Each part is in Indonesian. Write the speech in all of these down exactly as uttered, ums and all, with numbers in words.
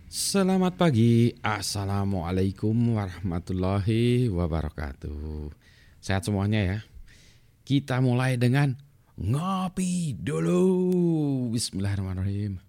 Selamat pagi, Assalamualaikum warahmatullahi wabarakatuh. Sehat semuanya ya. Kita mulai dengan ngopi dulu. Bismillahirrahmanirrahim.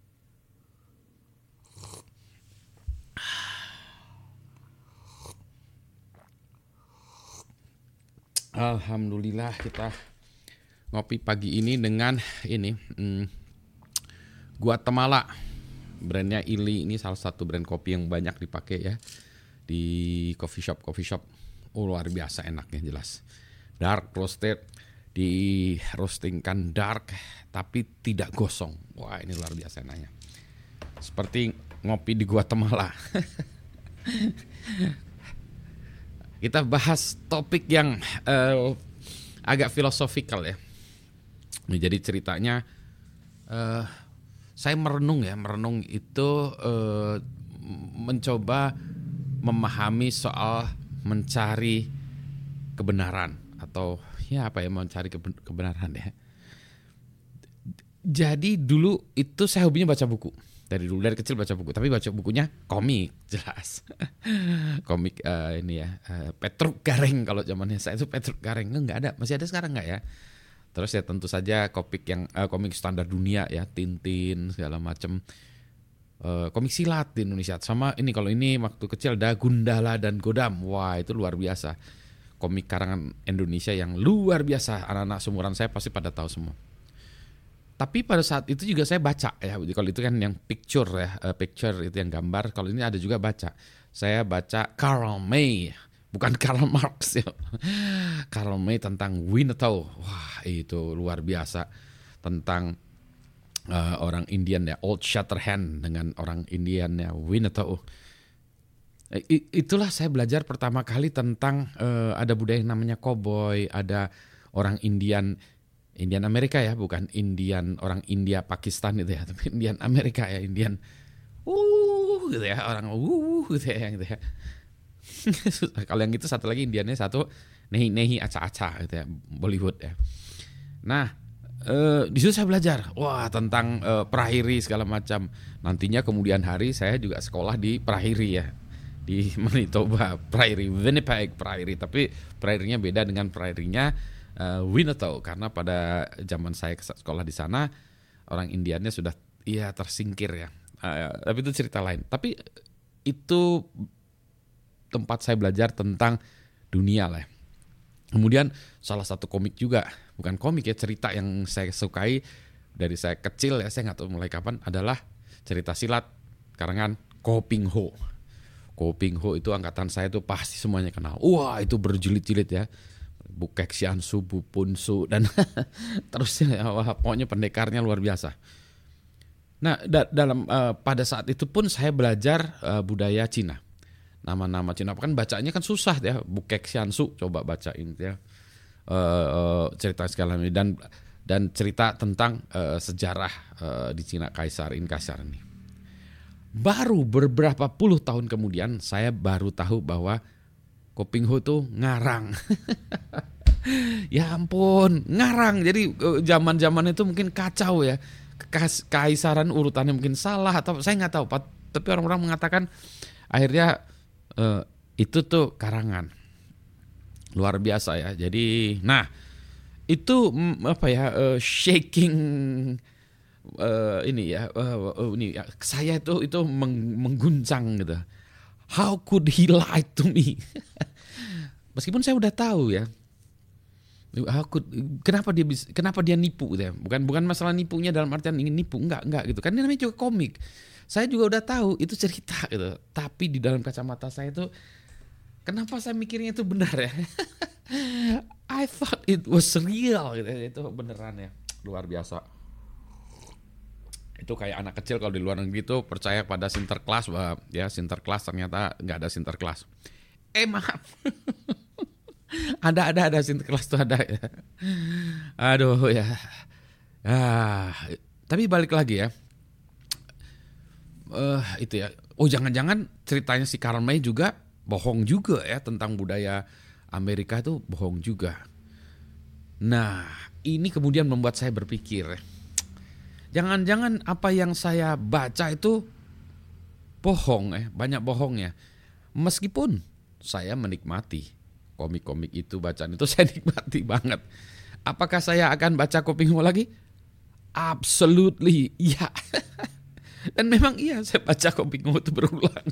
Alhamdulillah kita ngopi pagi ini dengan ini hmm, Guatemala. Brandnya Illy, ini salah satu brand kopi yang banyak dipakai ya di coffee shop coffee shop. Oh, luar biasa enaknya jelas. Dark roasted, di roastingkan dark tapi tidak gosong. Wah, ini luar biasa enaknya. Seperti ngopi di Guatemala. Kita bahas topik yang uh, agak filosofikal ya. Jadi ceritanya uh, saya merenung ya, merenung itu uh, mencoba memahami soal mencari kebenaran atau ya apa ya mencari kebenaran ya. Jadi dulu itu saya hobinya baca buku. Dari dulu dari kecil baca buku, tapi baca bukunya komik jelas. Komik uh, ini ya, uh, Petruk Gareng kalau zamannya saya itu Petruk Gareng enggak ada, masih ada sekarang enggak ya? Terus ya tentu saja komik yang uh, komik standar dunia ya, Tintin segala macam. Uh, komik silat di Indonesia. Sama ini kalau ini waktu kecil ada Gundala dan Godam. Wah, itu luar biasa. Komik karangan Indonesia yang luar biasa. Anak-anak seumuran saya pasti pada tahu semua. Tapi pada saat itu juga saya baca ya. Kalau itu kan yang picture ya, uh, picture itu yang gambar. Kalau ini ada juga baca. Saya baca Karl May, bukan Karl Marx ya. Karl May tentang Winnetou. Wah, itu luar biasa. Tentang uh, orang Indian ya, Old Shatterhand dengan orang Indian ya, Winnetou. I- itulah saya belajar pertama kali tentang uh, ada budaya yang namanya cowboy, ada orang Indian Indian Amerika ya, bukan Indian orang India Pakistan itu ya, tapi Indian Amerika ya, Indian uh gitu ya, orang uh gitu ya, gitu ya. Kalau yang itu satu lagi Indiannya satu nehi-nehi aca-aca gitu ya, Bollywood ya. Nah, eh, di situ saya belajar wah tentang eh, Prahiri segala macam. Nantinya kemudian hari saya juga sekolah di Prahiri ya, di Manitoba, Prairie, Winnipeg Prairie, tapi Prairinya beda dengan Prairinya uh, Winnetou karena pada zaman saya sekolah di sana orang Indiannya sudah ya tersingkir ya. Uh, tapi itu cerita lain. Tapi itu tempat saya belajar tentang dunia lah. Kemudian salah satu komik juga, bukan komik ya, cerita yang saya sukai dari saya kecil ya, saya nggak tahu mulai kapan, adalah cerita silat karangan Ko Ping Ho. Ko Ping Ho itu angkatan saya tuh pasti semuanya kenal. Wah, itu berjilid-jilid ya. Bukek Xiansu, Bu Punsu dan terusnya ya, wah, pokoknya pendekarnya luar biasa. Nah, da- dalam uh, pada saat itu pun saya belajar uh, budaya Cina. Nama-nama Cina kan bacanya kan susah ya. Bukek Xiansu coba bacain ya. Uh, uh, cerita segala macam dan dan cerita tentang uh, sejarah uh, di Cina Kaisarin Kaisar ini. Baru beberapa puluh tahun kemudian saya baru tahu bahwa Ko Ping Ho tuh ngarang. Ya ampun, ngarang. Jadi zaman-zaman itu mungkin kacau ya. Kaisaran urutannya mungkin salah atau saya nggak tahu. Tapi orang-orang mengatakan akhirnya uh, itu tuh karangan. Luar biasa ya. Jadi, nah itu apa ya uh, shaking uh, ini ya, uh, uh, ini ya, saya itu itu meng, mengguncang gitu. How could he lie to me? Meskipun saya udah tahu ya. Aku, kenapa dia bisa, kenapa dia nipu gitu ya? Bukan bukan masalah nipunya dalam artian ingin nipu, enggak enggak gitu. Kan ini namanya juga komik. Saya juga udah tahu itu cerita gitu. Tapi di dalam kacamata saya itu kenapa saya mikirnya itu benar ya? I thought it was real gitu. Itu beneran ya. Luar biasa. Itu kayak anak kecil kalau di luar negeri itu percaya pada Sinterklas, ya Sinterklas ternyata nggak ada Sinterklas. Eh maaf. ada ada ada Sinterklas tuh ada ya. Aduh ya. Ah, tapi balik lagi ya. Uh, itu ya. Oh jangan-jangan ceritanya si Karl May juga bohong juga ya tentang budaya Amerika itu bohong juga. Nah ini kemudian membuat saya berpikir. Jangan-jangan apa yang saya baca itu bohong eh, banyak bohongnya. Meskipun saya menikmati komik-komik itu, bacaan itu saya nikmati banget. Apakah saya akan baca Koping Ho lagi? Absolutely, iya. Dan memang iya, saya baca Koping Ho itu berulang.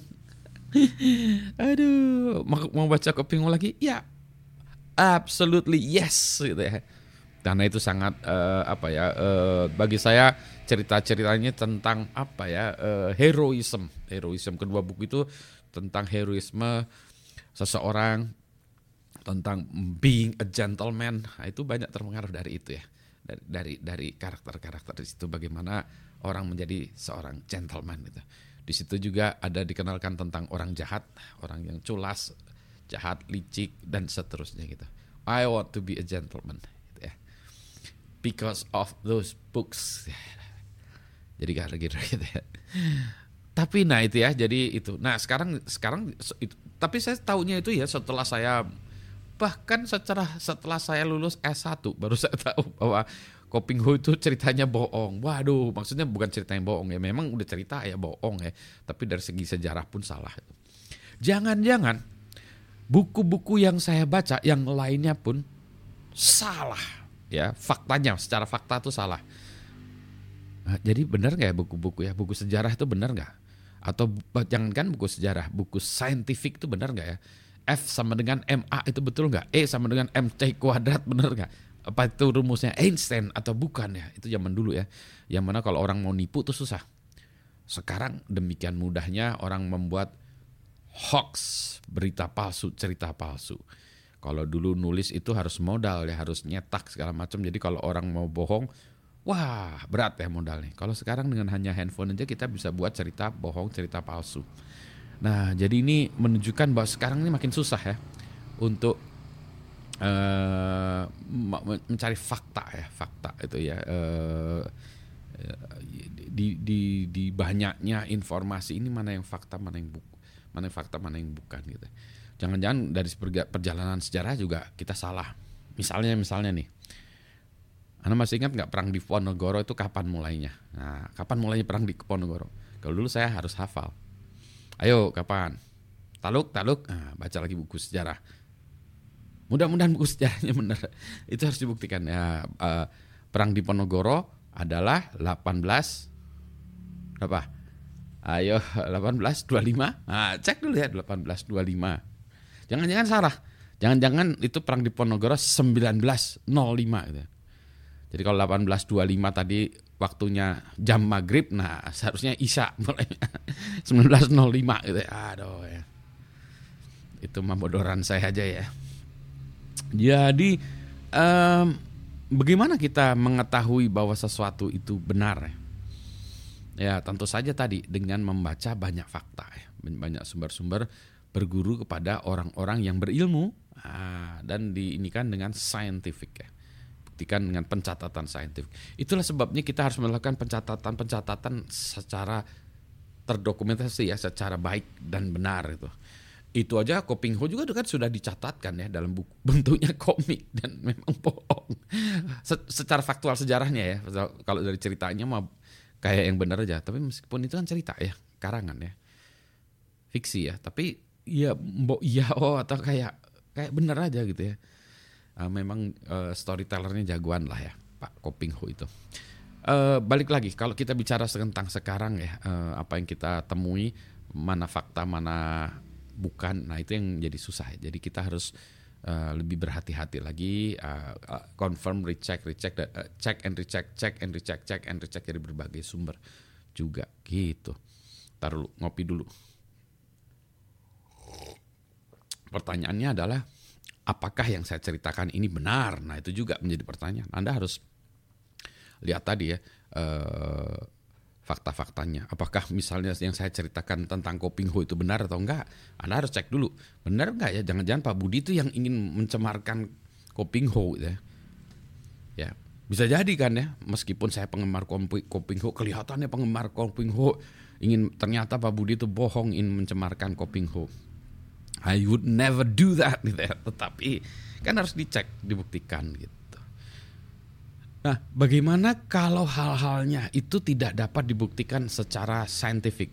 Aduh, mau, mau baca Koping Ho lagi? Ya, absolutely yes gitu ya. Karena itu sangat uh, apa ya? Uh, bagi saya cerita-ceritanya tentang apa ya? Uh, heroism, heroism. Kedua buku itu tentang heroisme seseorang, tentang being a gentleman. Nah, itu banyak terpengaruh dari itu ya. Dari dari, dari karakter-karakter di situ, bagaimana orang menjadi seorang gentleman gitu. Di situ juga ada dikenalkan tentang orang jahat, orang yang culas, jahat, licik dan seterusnya gitu. I want to be a gentleman gitu ya. Because of those books. Jadi kayak gitu ya. Tapi nah itu ya, jadi itu. Nah, sekarang sekarang itu, tapi saya tahunya itu ya setelah saya, bahkan secara setelah saya lulus S satu baru saya tahu bahwa Koping Ho itu ceritanya bohong. Waduh, maksudnya bukan cerita yang bohong ya. Memang udah cerita ya bohong ya. Tapi dari segi sejarah pun salah. Jangan-jangan buku-buku yang saya baca yang lainnya pun salah. Ya, faktanya secara fakta itu salah. Nah, jadi benar nggak ya buku-buku ya? Buku sejarah itu benar nggak? Atau jangankan buku sejarah, buku saintifik itu benar nggak ya? F sama dengan M A itu betul nggak? E sama dengan M C kuadrat benar nggak? Apa itu rumusnya Einstein atau bukan ya? Itu zaman dulu ya. Yang mana kalau orang mau nipu tuh susah. Sekarang demikian mudahnya orang membuat hoax, berita palsu, cerita palsu. Kalau dulu nulis itu harus modal ya, harus nyetak segala macam. Jadi kalau orang mau bohong, wah berat ya modalnya. Kalau sekarang dengan hanya handphone aja kita bisa buat cerita bohong, cerita palsu. Nah jadi ini menunjukkan bahwa sekarang ini makin susah ya untuk Uh, mencari fakta ya, fakta itu ya, uh, di, di, di banyaknya informasi ini mana yang fakta, mana yang buku, mana yang fakta, mana yang bukan gitu. Jangan-jangan dari perjalanan sejarah juga kita salah. Misalnya, misalnya nih, Anda masih ingat nggak perang di Ponorogo itu kapan mulainya? Nah, kapan mulainya perang di Ponorogo? Kalau dulu saya harus hafal. Ayo, kapan? Taluk, taluk. Nah, baca lagi buku sejarah. Mudah-mudahan buku sejarahnya benar. Itu harus dibuktikan ya. Uh, perang di Ponorogo adalah delapan belas berapa? Ayo delapan belas dua puluh lima. Nah, cek dulu ya delapan belas dua puluh lima. Jangan-jangan salah. Jangan-jangan itu perang di Ponorogo sembilan belas nol lima gitu. Jadi kalau delapan belas dua puluh lima tadi waktunya jam maghrib, nah seharusnya isya mulainya sembilan belas nol lima gitu. Aduh ya. Itu mabodoran saya aja ya. Jadi um, bagaimana kita mengetahui bahwa sesuatu itu benar? Ya tentu saja tadi dengan membaca banyak fakta, ya. Banyak sumber-sumber, berguru kepada orang-orang yang berilmu, ah, dan diinikan dengan scientific ya. Buktikan dengan pencatatan saintifik. Itulah sebabnya kita harus melakukan pencatatan-pencatatan secara terdokumentasi ya, secara baik dan benar itu. Itu aja Koping Ho juga kan sudah dicatatkan ya dalam buku, bentuknya komik dan memang bohong. Secara faktual sejarahnya ya, kalau dari ceritanya mah kayak yang benar aja. Tapi meskipun itu kan cerita ya, karangan ya, fiksi ya. Tapi ya mbok iya oh atau kayak kayak benar aja gitu ya. Uh, memang uh, storytellernya jagoan lah ya Pak Koping Ho itu. Uh, balik lagi kalau kita bicara tentang sekarang ya, uh, apa yang kita temui, mana fakta mana bukan, nah itu yang jadi susah. Jadi kita harus uh, lebih berhati-hati lagi, uh, uh, confirm, recheck, recheck, uh, check and recheck, check and recheck, check and recheck dari berbagai sumber juga gitu. Taruh dulu, ngopi dulu. Pertanyaannya adalah apakah yang saya ceritakan ini benar? Nah itu juga menjadi pertanyaan. Anda harus lihat tadi ya, uh, fakta-faktanya. Apakah misalnya yang saya ceritakan tentang Koping Ho itu benar atau enggak? Anda harus cek dulu. Benar enggak ya? Jangan-jangan Pak Budi itu yang ingin mencemarkan Koping Ho ya. Ya, bisa jadi kan ya. Meskipun saya penggemar Koping Ho, kelihatannya penggemar Koping Ho, ingin ternyata Pak Budi itu bohong, ingin mencemarkan Koping Ho. I would never do that gitu ya. Tetapi kan harus dicek, dibuktikan gitu. Nah, bagaimana kalau hal-halnya itu tidak dapat dibuktikan secara saintifik?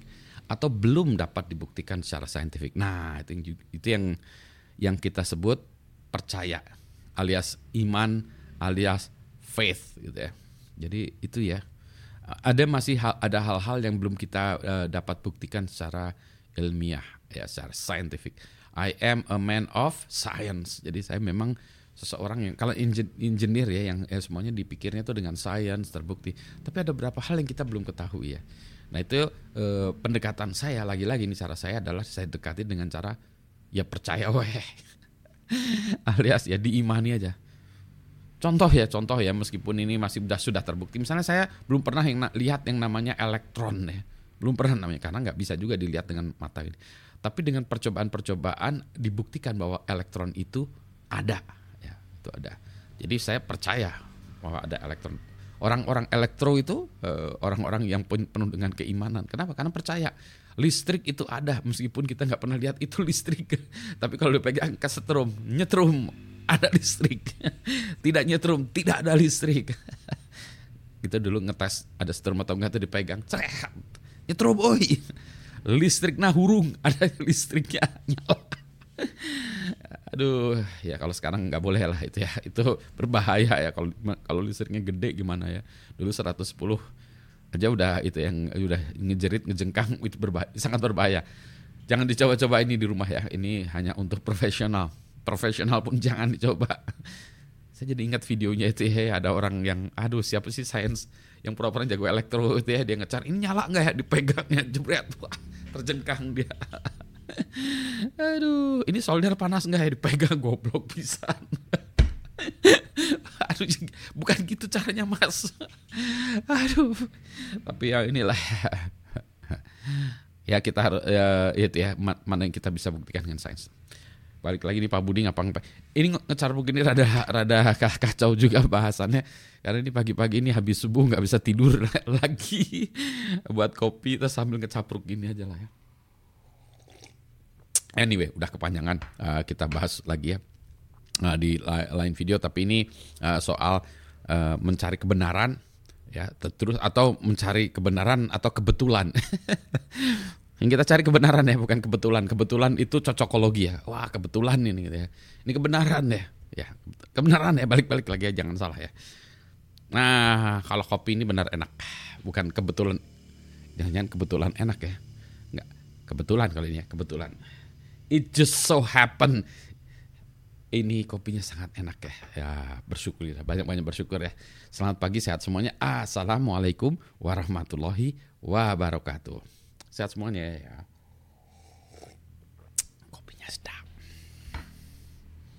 atau belum dapat dibuktikan secara saintifik. Nah, itu yang itu yang yang kita sebut percaya alias iman alias faith gitu ya. Jadi itu ya. Ada masih hal, ada hal-hal yang belum kita uh, dapat buktikan secara ilmiah ya, secara saintifik. I am a man of science. Jadi saya memang seseorang yang kalau engineer ya yang ya, semuanya dipikirnya itu dengan sains terbukti. Tapi ada beberapa hal yang kita belum ketahui ya. Nah itu eh, pendekatan saya lagi-lagi nih cara saya adalah saya dekati dengan cara ya percaya weh. Alias ya diimani aja. Contoh ya, contoh ya meskipun ini masih sudah sudah terbukti. Misalnya saya belum pernah yang na- lihat yang namanya elektron ya. Belum pernah namanya karena nggak bisa juga dilihat dengan mata ini. Tapi dengan percobaan-percobaan dibuktikan bahwa elektron itu ada. Itu ada. Jadi saya percaya bahwa ada elektron. Orang-orang elektro itu uh, orang-orang yang penuh dengan keimanan. Kenapa? Karena percaya listrik itu ada meskipun kita nggak pernah lihat itu listrik. Tapi kalau dipegang kesetrum, nyetrum, ada listrik. Tidak nyetrum, tidak ada listrik. Kita dulu ngetes ada setrum atau enggak itu dipegang, ceret, nyetrum, oi, listrik nah hurung, ada listriknya nyala. Aduh, ya kalau sekarang nggak boleh lah itu ya, itu berbahaya ya kalau kalau listriknya gede gimana ya. Dulu seratus sepuluh aja udah itu yang udah ngejerit ngejengkang itu berbahaya, sangat berbahaya. Jangan dicoba-coba ini di rumah ya. Ini hanya untuk profesional. Profesional pun jangan dicoba. Saya jadi ingat videonya itu ya, ada orang yang aduh siapa sih sains yang pura-pura jago elektro itu ya, dia ngecar ini nyala nggak ya, dipegangnya jebret, wah terjengkang dia. Aduh, ini solder panas nggak ya, dipegang, goblok pisan. Aduh, bukan gitu caranya mas. Aduh, tapi ya inilah. Ya kita harus ya, itu ya mana yang kita bisa buktikan dengan sains. Balik lagi nih Pak Budi ngapang ini ngecar begini rada rada kacau juga bahasannya karena ini pagi-pagi ini habis subuh nggak bisa tidur lagi buat kopi terus sambil ngecapruk gini aja lah ya. Anyway, udah kepanjangan, uh, kita bahas lagi ya uh, di lain video. Tapi ini uh, soal uh, mencari kebenaran, ya terus atau mencari kebenaran atau kebetulan. Yang kita cari kebenaran ya, bukan kebetulan. Kebetulan itu cocokologi ya. Wah kebetulan ini, gitu ya. Ini kebenaran ya, ya kebenaran ya. Balik-balik lagi ya, jangan salah ya. Nah, kalau kopi ini benar enak, bukan kebetulan. Jangan-jangan kebetulan enak ya? Enggak, kebetulan kali ini ya, kebetulan. It just so happen ini kopinya sangat enak ya. Ya bersyukur ya, banyak-banyak bersyukur ya. Selamat pagi, sehat semuanya. Assalamualaikum warahmatullahi wabarakatuh. Sehat semuanya ya.